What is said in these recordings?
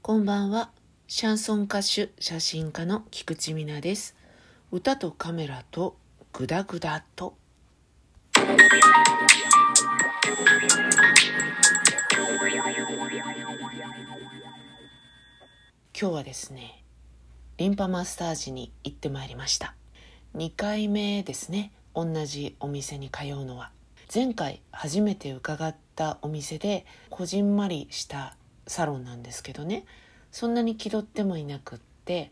こんばんは。シャンソン歌手、写真家の菊池美奈です。歌とカメラとグダグダと。今日はですね、リンパマッサージに行ってまいりました。2回目ですね、同じお店に通うのは。前回初めて伺ったお店でこじんまりしたサロンなんですけどね、そんなに気取ってもいなくって、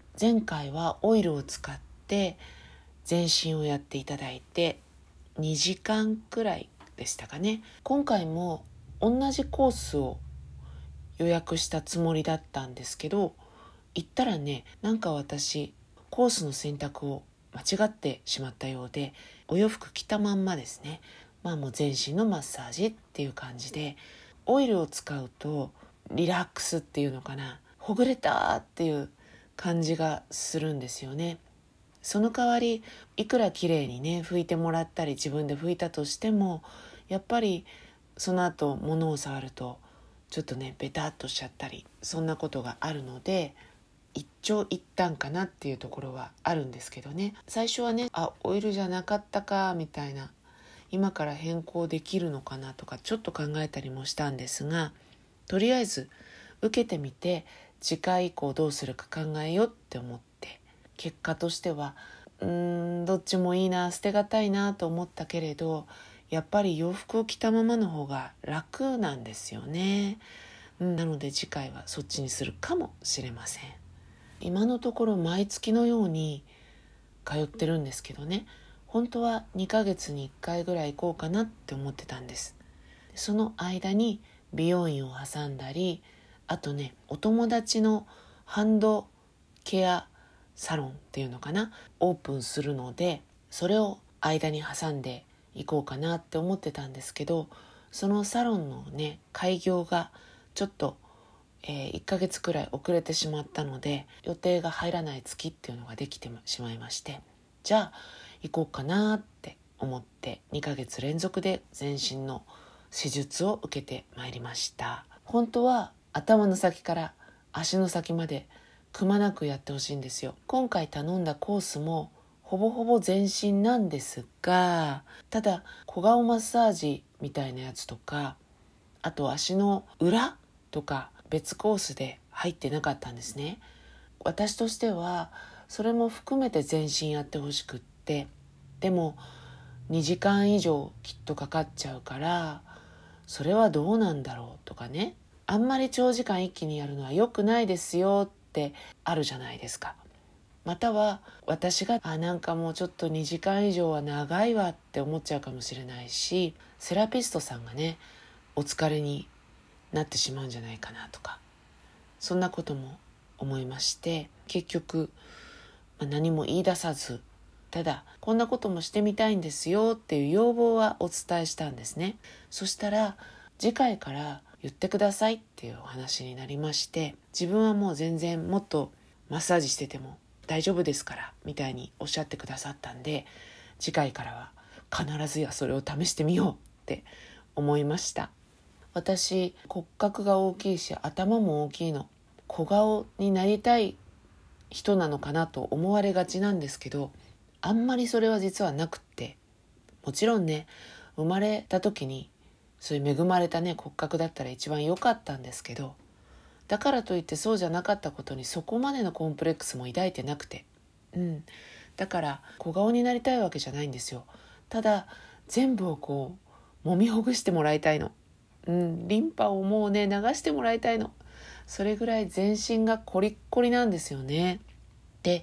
前回はオイルを使って全身をやっていただいて2時間くらいでしたかね。今回も同じコースを予約したつもりだったんですけど、行ったらね、なんか私コースの選択を間違ってしまったようで、お洋服着たまんまですね、もう全身のマッサージっていう感じで、オイルを使うとリラックスっていうのかな、ほぐれたっていう感じがするんですよね。その代わりいくら綺麗にね拭いてもらったり自分で拭いたとしても、やっぱりその後物を触るとちょっとねベタっとしちゃったり、そんなことがあるので一長一短かなっていうところはあるんですけどね。最初はね、オイルじゃなかったかみたいな、今から変更できるのかなとかちょっと考えたりもしたんですが、とりあえず受けてみて次回以降どうするか考えようって思って、結果としてはどっちもいいな、捨てがたいなと思ったけれど、やっぱり洋服を着たままの方が楽なんですよね。なので次回はそっちにするかもしれません。今のところ毎月のように通ってるんですけどね、本当は2ヶ月に1回ぐらい行こうかなって思ってたんです。その間に美容院を挟んだり、あとね、お友達のハンドケアサロンっていうのかな、オープンするので、それを間に挟んでいこうかなって思ってたんですけど、そのサロンのね開業がちょっと、1ヶ月くらい遅れてしまったので、予定が入らない月っていうのができてしまいまして、じゃあ行こうかなって思って2ヶ月連続で全身の手術を受けてまいりました。本当は頭の先から足の先までくまなくやってほしいんですよ。今回頼んだコースもほぼほぼ全身なんですが、ただ小顔マッサージみたいなやつとか、あと足の裏とか別コースで入ってなかったんですね。私としてはそれも含めて全身やってほしくって、でも2時間以上きっとかかっちゃうから、それはどうなんだろうとかね、あんまり長時間一気にやるのは良くないですよってあるじゃないですか。または私がなんかもうちょっと2時間以上は長いわって思っちゃうかもしれないし、セラピストさんがねお疲れになってしまうんじゃないかなとか、そんなことも思いまして、結局、何も言い出さず、ただこんなこともしてみたいんですよっていう要望はお伝えしたんですね。そしたら次回から言ってくださいっていうお話になりまして、自分はもう全然もっとマッサージしてても大丈夫ですからみたいにおっしゃってくださったんで、次回からは必ずやそれを試してみようって思いました。私骨格が大きいし頭も大きいの、小顔になりたい人なのかなと思われがちなんですけど、あんまりそれは実はなくって、もちろんね生まれた時にそういう恵まれたね骨格だったら一番良かったんですけど、だからといってそうじゃなかったことにそこまでのコンプレックスも抱いてなくて、だから小顔になりたいわけじゃないんですよ。ただ全部をこう揉みほぐしてもらいたいの。リンパをもうね流してもらいたいの。それぐらい全身がコリッコリなんですよね。で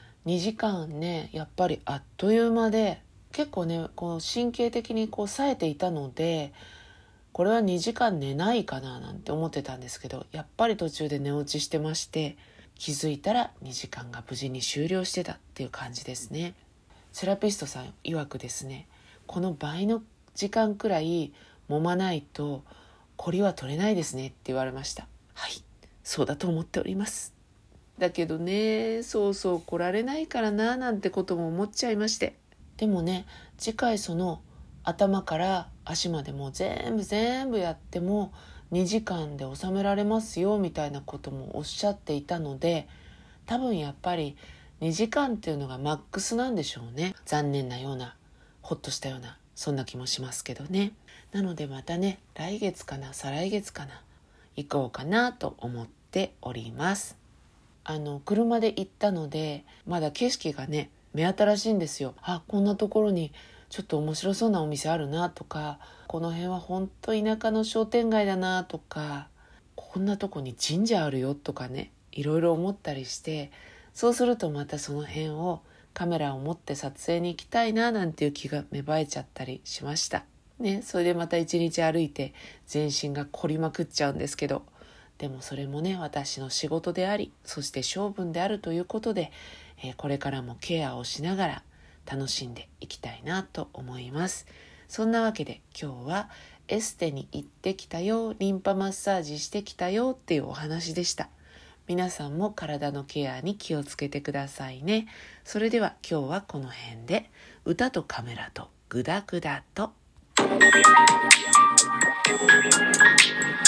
2時間ねやっぱりあっという間で、結構ねこう神経的にこう冴えていたので、これは2時間寝ないかななんて思ってたんですけど、やっぱり途中で寝落ちしてまして、気づいたら2時間が無事に終了してたっていう感じですね。セラピストさん曰くですね、この倍の時間くらい揉まないとコリは取れないですねって言われました。はい、そうだと思っております。だけどね、そうそう来られないからななんてことも思っちゃいまして。でもね、次回その頭から足までも全部やっても 2時間で収められますよみたいなこともおっしゃっていたので、多分やっぱり2時間っていうのがマックスなんでしょうね。残念なような、ほっとしたような、そんな気もしますけどね。なのでまたね、来月かな再来月かな行こうかなと思っております。車で行ったのでまだ景色がね目新しいんですよ。こんなところにちょっと面白そうなお店あるなとか、この辺は本当田舎の商店街だなとか、こんなとこに神社あるよとかね、いろいろ思ったりして、そうするとまたその辺をカメラを持って撮影に行きたいななんていう気が芽生えちゃったりしましたね。それでまた一日歩いて全身が凝りまくっちゃうんですけど、でもそれもね私の仕事であり、そして性分であるということで、これからもケアをしながら楽しんでいきたいなと思います。そんなわけで今日はエステに行ってきたよ、リンパマッサージしてきたよっていうお話でした。皆さんも体のケアに気をつけてくださいね。それでは今日はこの辺で、歌とカメラとグダグダと